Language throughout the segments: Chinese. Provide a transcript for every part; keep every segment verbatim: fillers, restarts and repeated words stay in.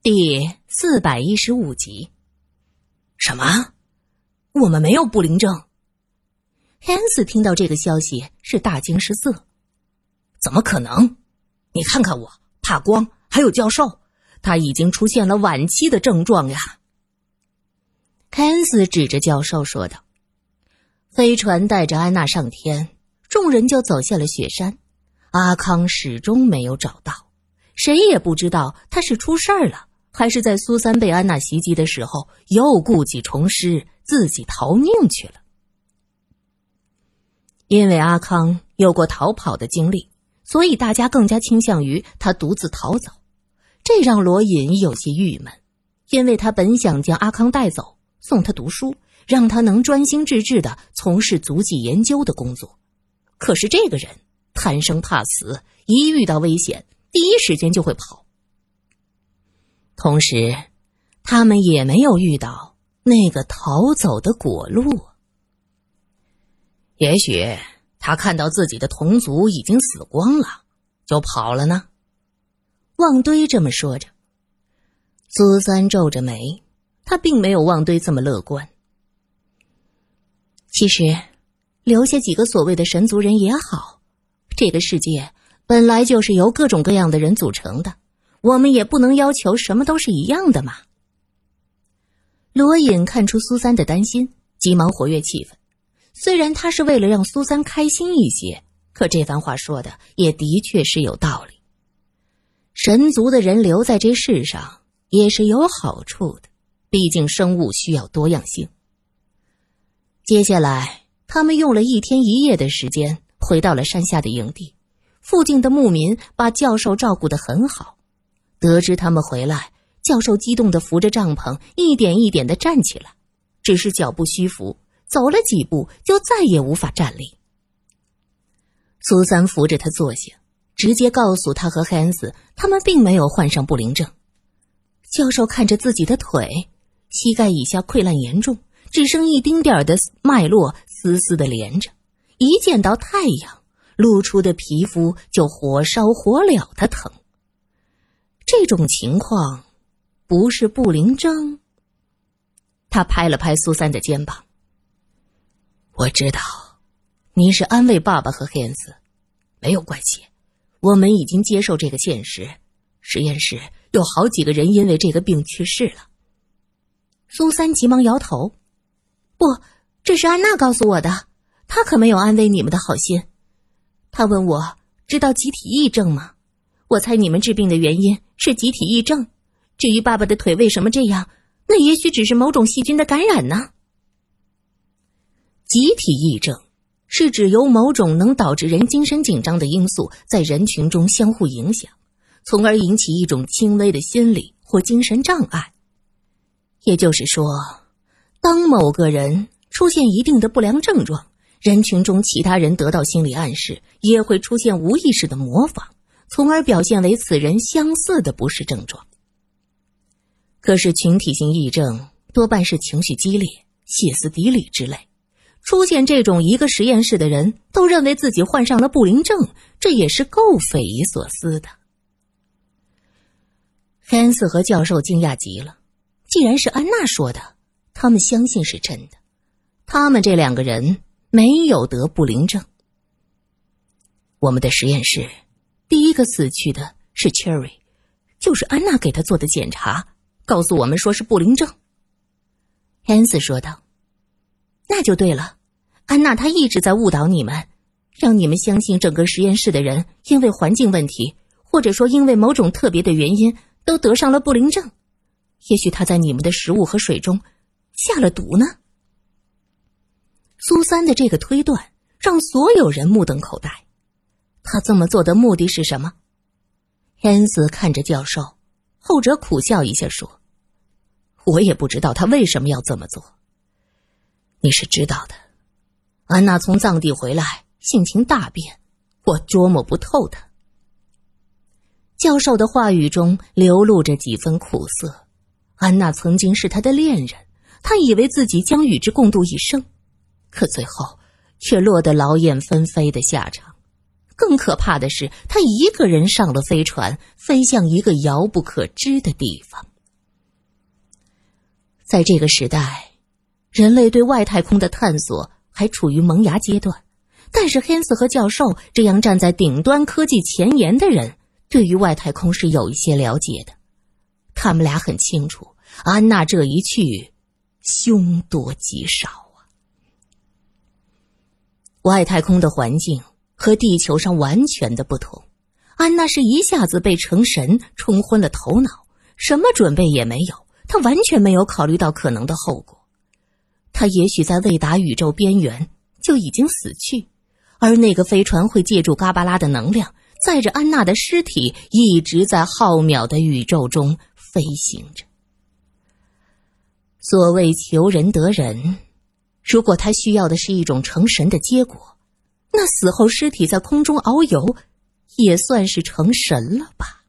第四百一十五集。什么？我们没有不灵症？汉斯听到这个消息是大惊失色。怎么可能？你看看我，怕光，还有教授，他已经出现了晚期的症状呀。汉斯指着教授说道。飞船带着安娜上天，众人就走下了雪山。阿康始终没有找到，谁也不知道他是出事儿了，还是在苏三被安娜袭击的时候又故技重施，自己逃命去了。因为阿康有过逃跑的经历，所以大家更加倾向于他独自逃走，这让罗隐有些郁闷，因为他本想将阿康带走，送他读书，让他能专心致志地从事足迹研究的工作。可是这个人贪生怕死，一遇到危险第一时间就会跑。同时他们也没有遇到那个逃走的果路。也许他看到自己的同族已经死光了，就跑了呢。旺堆这么说着。苏三皱着眉，他并没有旺堆这么乐观。其实留下几个所谓的神族人也好，这个世界本来就是由各种各样的人组成的，我们也不能要求什么都是一样的嘛。罗隐看出苏三的担心，急忙活跃气氛。虽然他是为了让苏三开心一些，可这番话说的也的确是有道理。神族的人留在这世上也是有好处的，毕竟生物需要多样性。接下来他们用了一天一夜的时间回到了山下的营地，附近的牧民把教授照顾得很好。得知他们回来，教授激动地扶着帐篷一点一点地站起来，只是脚步虚浮，走了几步就再也无法站立。苏三扶着他坐下，直接告诉他和汉斯他们并没有患上不灵症。教授看着自己的腿，膝盖以下溃烂严重，只剩一丁点的脉络丝丝地连着，一见到太阳露出的皮肤就火烧火燎的疼。这种情况不是不灵症？他拍了拍苏三的肩膀。我知道你是安慰爸爸和汉斯，没有关系，我们已经接受这个现实，实验室有好几个人因为这个病去世了。苏三急忙摇头。不，这是安娜告诉我的，她可没有安慰你们的好心。她问我知道集体癔症吗？我猜你们治病的原因是集体癔症，至于爸爸的腿为什么这样，那也许只是某种细菌的感染呢。集体癔症是指由某种能导致人精神紧张的因素在人群中相互影响，从而引起一种轻微的心理或精神障碍。也就是说，当某个人出现一定的不良症状，人群中其他人得到心理暗示，也会出现无意识的模仿，从而表现为此人相似的不适症状。可是群体性癔症多半是情绪激烈、歇斯底里之类，出现这种一个实验室的人都认为自己患上了不灵症，这也是够匪夷所思的。汉斯和教授惊讶极了，既然是安娜说的，他们相信是真的。他们这两个人没有得不灵症。我们的实验室第一个死去的是 Cherry， 就是安娜给他做的检查，告诉我们说是不灵症。汉斯说道。那就对了，安娜她一直在误导你们，让你们相信整个实验室的人因为环境问题，或者说因为某种特别的原因都得上了不灵症。也许她在你们的食物和水中下了毒呢。苏三的这个推断让所有人目瞪口呆。他这么做的目的是什么？汉斯看着教授，后者苦笑一下说，我也不知道他为什么要这么做。你是知道的，安娜从藏地回来性情大变，我捉摸不透她。教授的话语中流露着几分苦涩。安娜曾经是他的恋人，他以为自己将与之共度一生，可最后却落得劳燕分飞的下场。更可怕的是，他一个人上了飞船，飞向一个遥不可知的地方。 在这个时代，人类对外太空的探索还处于萌芽阶段，但是黑斯和教授这样站在顶端科技前沿的人，对于外太空是有一些了解的。他们俩很清楚，安娜这一去，凶多吉少啊。外太空的环境和地球上完全的不同，安娜是一下子被成神冲昏了头脑，什么准备也没有，她完全没有考虑到可能的后果。她也许在未达宇宙边缘就已经死去，而那个飞船会借助嘎巴拉的能量，载着安娜的尸体一直在浩渺的宇宙中飞行着。所谓求人得人，如果他需要的是一种成神的结果，那死后尸体在空中遨游也算是成神了吧。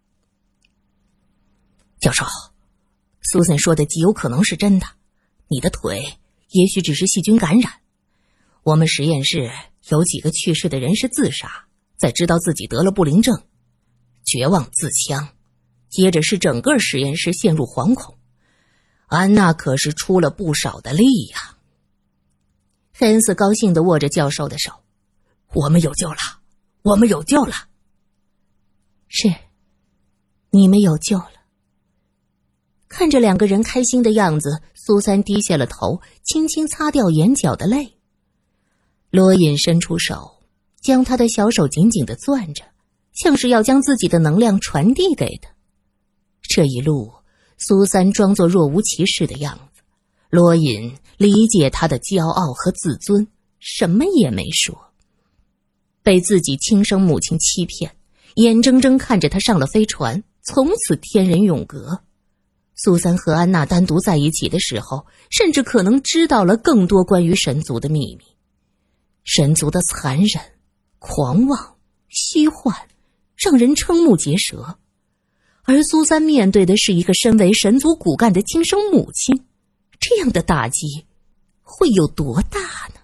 教授，苏森说的极有可能是真的，你的腿也许只是细菌感染。我们实验室有几个去世的人是自杀，在知道自己得了不灵症，绝望自枪，接着是整个实验室陷入惶恐。安娜可是出了不少的力呀。黑斯高兴地握着教授的手，我们有救了，我们有救了。是，你们有救了。看着两个人开心的样子，苏珊低下了头，轻轻擦掉眼角的泪。罗隐伸出手，将他的小手紧紧地攥着，像是要将自己的能量传递给他。这一路，苏珊装作若无其事的样子，罗隐理解他的骄傲和自尊，什么也没说。被自己亲生母亲欺骗，眼睁睁看着他上了飞船，从此天人永隔。苏珊和安娜单独在一起的时候，甚至可能知道了更多关于神族的秘密。神族的残忍、狂妄、虚幻，让人瞠目结舌。而苏珊面对的是一个身为神族骨干的亲生母亲，这样的打击会有多大呢？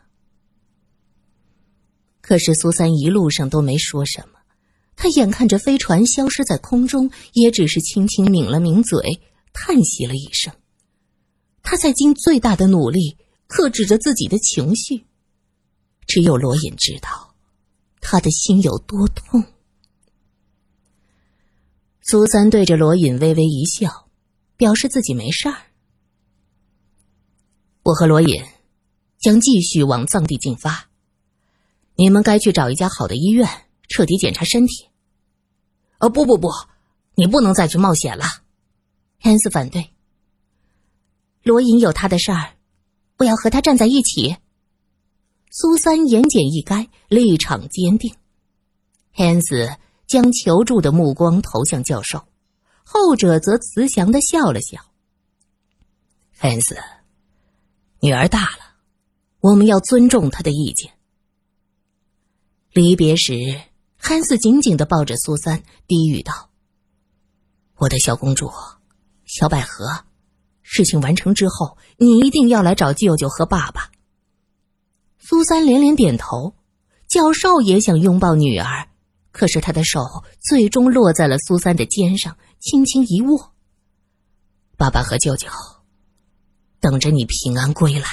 可是苏珊一路上都没说什么，她眼看着飞船消失在空中，也只是轻轻抿了抿嘴，叹息了一声。她在尽最大的努力克制着自己的情绪，只有罗隐知道她的心有多痛。苏珊对着罗隐微微一笑，表示自己没事儿。我和罗隐将继续往藏地进发，你们该去找一家好的医院彻底检查身体。哦，不不不，你不能再去冒险了。汉斯反对。罗隐有他的事儿，我要和他站在一起。苏珊言简意赅，立场坚定。汉斯将求助的目光投向教授，后者则慈祥地笑了笑。汉斯，女儿大了，我们要尊重她的意见。离别时，汉斯紧紧地抱着苏珊，低语道：我的小公主，小百合，事情完成之后，你一定要来找舅舅和爸爸。苏珊连连点头，教授也想拥抱女儿，可是他的手最终落在了苏珊的肩上，轻轻一握。爸爸和舅舅等着你平安归来。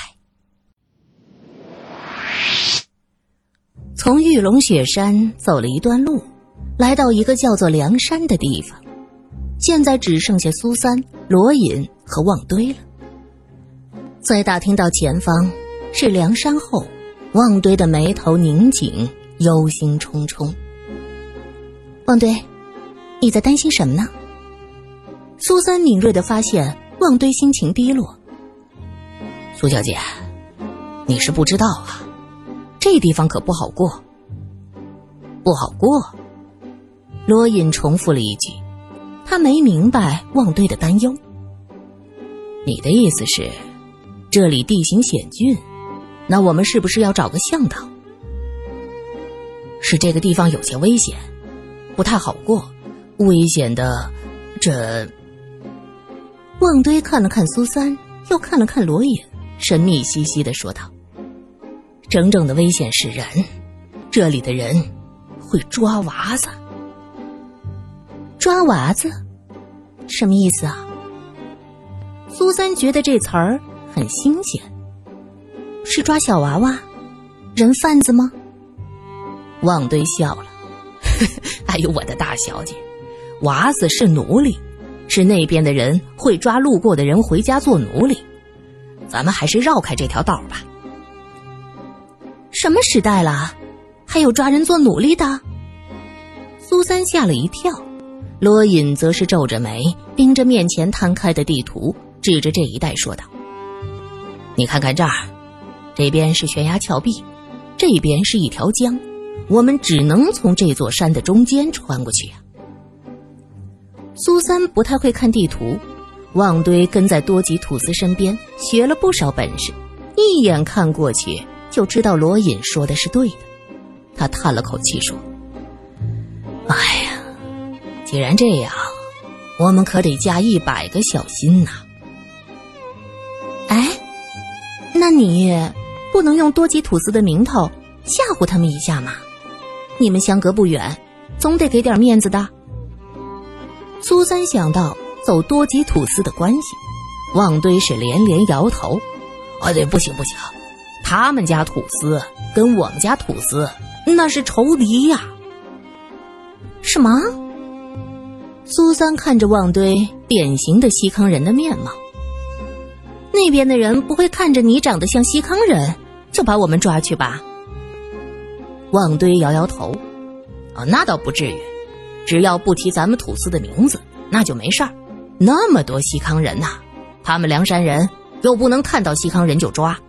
从玉龙雪山走了一段路，来到一个叫做梁山的地方，现在只剩下苏珊、罗隐和旺堆了。在打听到前方是梁山后，旺堆的眉头拧紧，忧心忡忡。旺堆，你在担心什么呢？苏珊敏锐地发现旺堆心情低落。苏小姐，你是不知道啊，这地方可不好过。不好过？罗隐重复了一句，他没明白旺堆的担忧。你的意思是，这里地形险峻，那我们是不是要找个向导？是这个地方有些危险，不太好过，危险的这……旺堆看了看苏珊，又看了看罗隐，神秘兮兮地说道：真正的危险是人，这里的人会抓娃子。抓娃子？什么意思啊？ 苏三觉得这词儿很新鲜。是抓小娃娃？人贩子吗？旺堆笑了。哎呦，我的大小姐，娃子是奴隶，是那边的人会抓路过的人回家做奴隶，咱们还是绕开这条道吧。什么时代了，还有抓人做奴隶的？苏三吓了一跳，罗隐则是皱着眉，盯着面前摊开的地图，指着这一带说道：你看看这儿，这边是悬崖峭壁，这边是一条江，我们只能从这座山的中间穿过去啊。苏三不太会看地图，旺堆跟在多吉土司身边学了不少本事，一眼看过去就知道罗隐说的是对的。他叹了口气说：哎呀，既然这样，我们可得加一百个小心呐。哎，那你不能用多吉土司的名头吓唬他们一下吗？你们相隔不远，总得给点面子的。苏三想到走多吉土司的关系，旺堆是连连摇头。哦，对，不行不行，他们家土司跟我们家土司那是仇敌呀。什么？苏三看着旺堆典型的西康人的面貌，那边的人不会看着你长得像西康人就把我们抓去吧？旺堆摇摇头。哦，那倒不至于，只要不提咱们土司的名字，那就没事儿。那么多西康人呐、啊，他们梁山人又不能看到西康人就抓。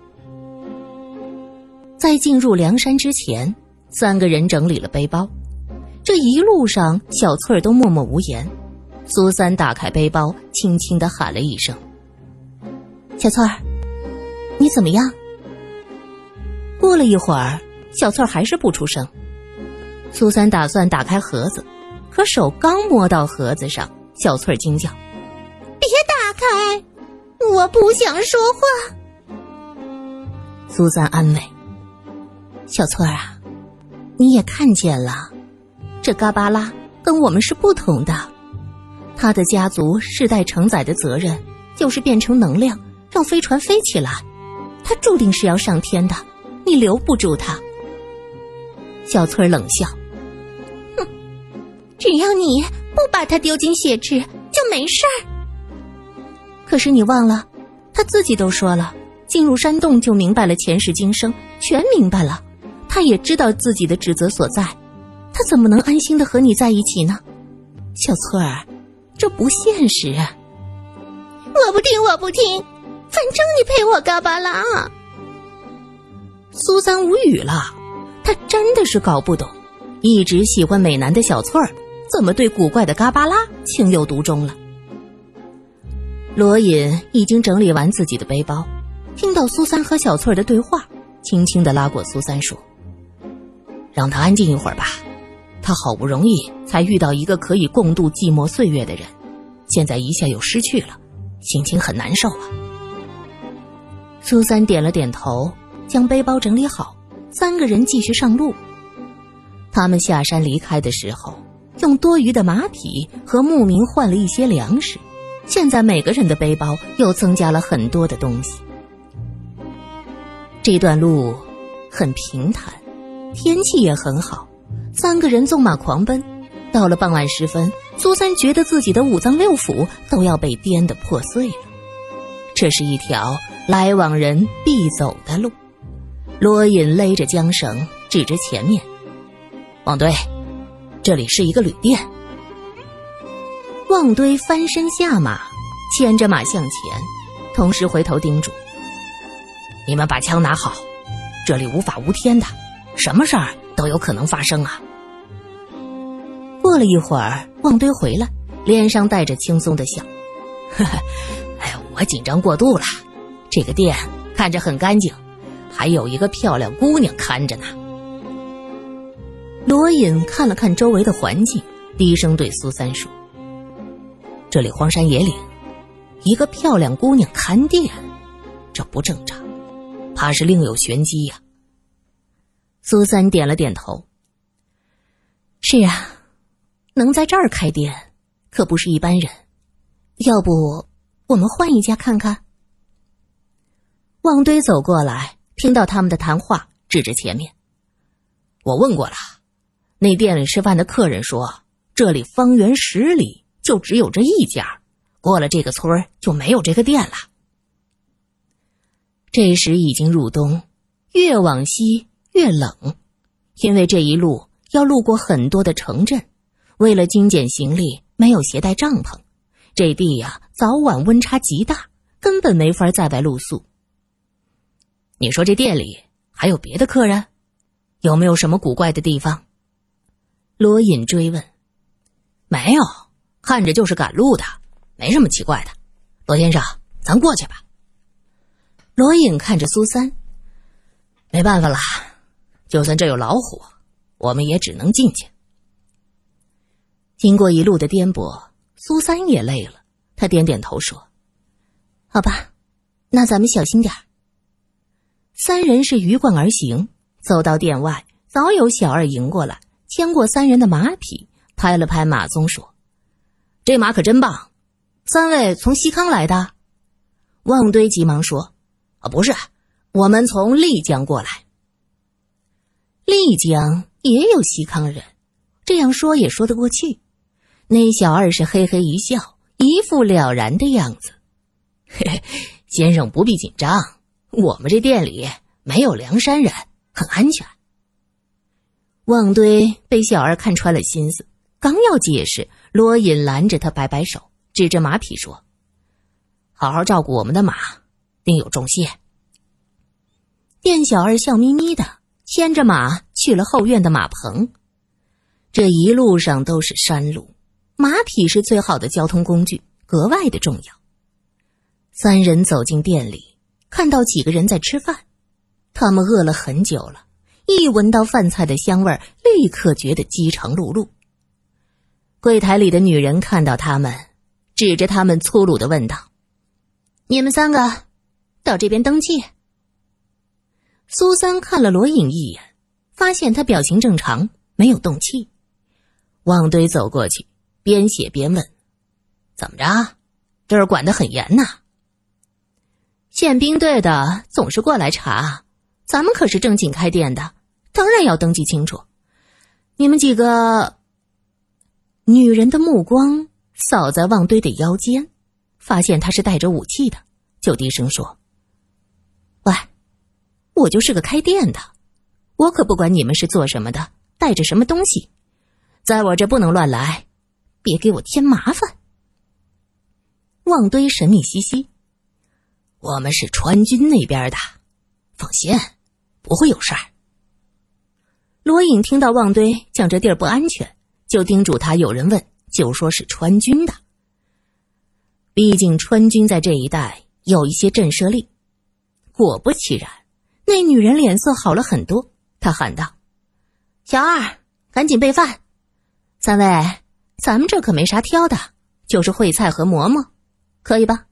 在进入梁山之前，三个人整理了背包。这一路上，小翠儿都默默无言。苏三打开背包，轻轻地喊了一声：小翠儿，你怎么样？过了一会儿，小翠儿还是不出声。苏三打算打开盒子，可手刚摸到盒子上，小翠儿惊叫：别打开，我不想说话。苏三安慰：小翠儿啊，你也看见了，这嘎巴拉跟我们是不同的，他的家族世代承载的责任就是变成能量，让飞船飞起来，他注定是要上天的，你留不住他。小翠儿冷笑：哼，只要你不把他丢进血池就没事儿。可是你忘了，他自己都说了，进入山洞就明白了前世今生，全明白了，他也知道自己的职责所在，他怎么能安心的和你在一起呢？小翠儿，这不现实。我不听我不听，反正你陪我嘎巴拉。苏三无语了，他真的是搞不懂，一直喜欢美男的小翠儿怎么对古怪的嘎巴拉情有独钟了。罗隐已经整理完自己的背包，听到苏三和小翠儿的对话，轻轻地拉过苏三说：让他安静一会儿吧，他好不容易才遇到一个可以共度寂寞岁月的人，现在一下又失去了，心情很难受啊。苏三点了点头，将背包整理好，三个人继续上路。他们下山离开的时候，用多余的马匹和牧民换了一些粮食，现在每个人的背包又增加了很多的东西。这段路很平坦，天气也很好，三个人纵马狂奔。到了傍晚时分，苏三觉得自己的五脏六腑都要被颠得破碎了。这是一条来往人必走的路。罗隐勒着缰绳，指着前面：旺堆，这里是一个旅店。旺堆翻身下马，牵着马向前，同时回头叮嘱：你们把枪拿好，这里无法无天的，什么事儿都有可能发生啊。过了一会儿，旺堆回来，脸上带着轻松的笑：呵呵，哎，我紧张过度了，这个店看着很干净，还有一个漂亮姑娘看着呢。罗隐看了看周围的环境，低声对苏三说：这里荒山野岭，一个漂亮姑娘看店，这不正常，怕是另有玄机呀。苏三点了点头：是啊，能在这儿开店可不是一般人，要不我们换一家看看。旺堆走过来，听到他们的谈话，指着前面。我问过了，那店里吃饭的客人说，这里方圆十里就只有这一家，过了这个村就没有这个店了。这时已经入冬，越往西越冷，因为这一路要路过很多的城镇，为了精简行李，没有携带帐篷，这地呀、啊、早晚温差极大，根本没法在外露宿。你说这店里还有别的客人？有没有什么古怪的地方？罗隐追问。没有，看着就是赶路的，没什么奇怪的。罗先生，咱过去吧。罗隐看着苏三。没办法了，就算这有老虎，我们也只能进去。经过一路的颠簸，苏三也累了，他点点头说，好吧，那咱们小心点儿。三人是鱼贯而行，走到店外，早有小二迎过来，牵过三人的马匹，拍了拍马鬃说，这马可真棒，三位从西康来的？旺堆急忙说，啊，不是，我们从丽江过来。丽江也有西康人，这样说也说得过去。那小二是嘿嘿一笑，一副了然的样子。嘿嘿，先生不必紧张，我们这店里没有梁山人，很安全。旺堆被小二看穿了心思，刚要解释，罗隐拦着他，摆摆手，指着马匹说，好好照顾我们的马，另有重谢。店小二笑眯眯的牵着马去了后院的马棚。这一路上都是山路，马匹是最好的交通工具，格外的重要。三人走进店里，看到几个人在吃饭，他们饿了很久了，一闻到饭菜的香味，立刻觉得饥肠辘辘。柜台里的女人看到他们，指着他们粗鲁地问道，你们三个到这边登记。苏三看了罗隐一眼，发现他表情正常，没有动气。旺堆走过去，边写边问，怎么着，这儿管得很严呐？宪兵队的总是过来查，咱们可是正经开店的，当然要登记清楚。你们几个……女人的目光扫在旺堆的腰间，发现他是带着武器的，就低声说，喂，我就是个开店的，我可不管你们是做什么的，带着什么东西，在我这不能乱来，别给我添麻烦。旺堆神秘兮兮，我们是川军那边的，放心，不会有事儿。罗隐听到旺堆讲这地儿不安全，就叮嘱他有人问就说是川军的。毕竟川军在这一带有一些震慑力。果不其然，那女人脸色好了很多，她喊道，小二，赶紧备饭。三位，咱们这可没啥挑的，就是烩菜和馍馍，可以吧？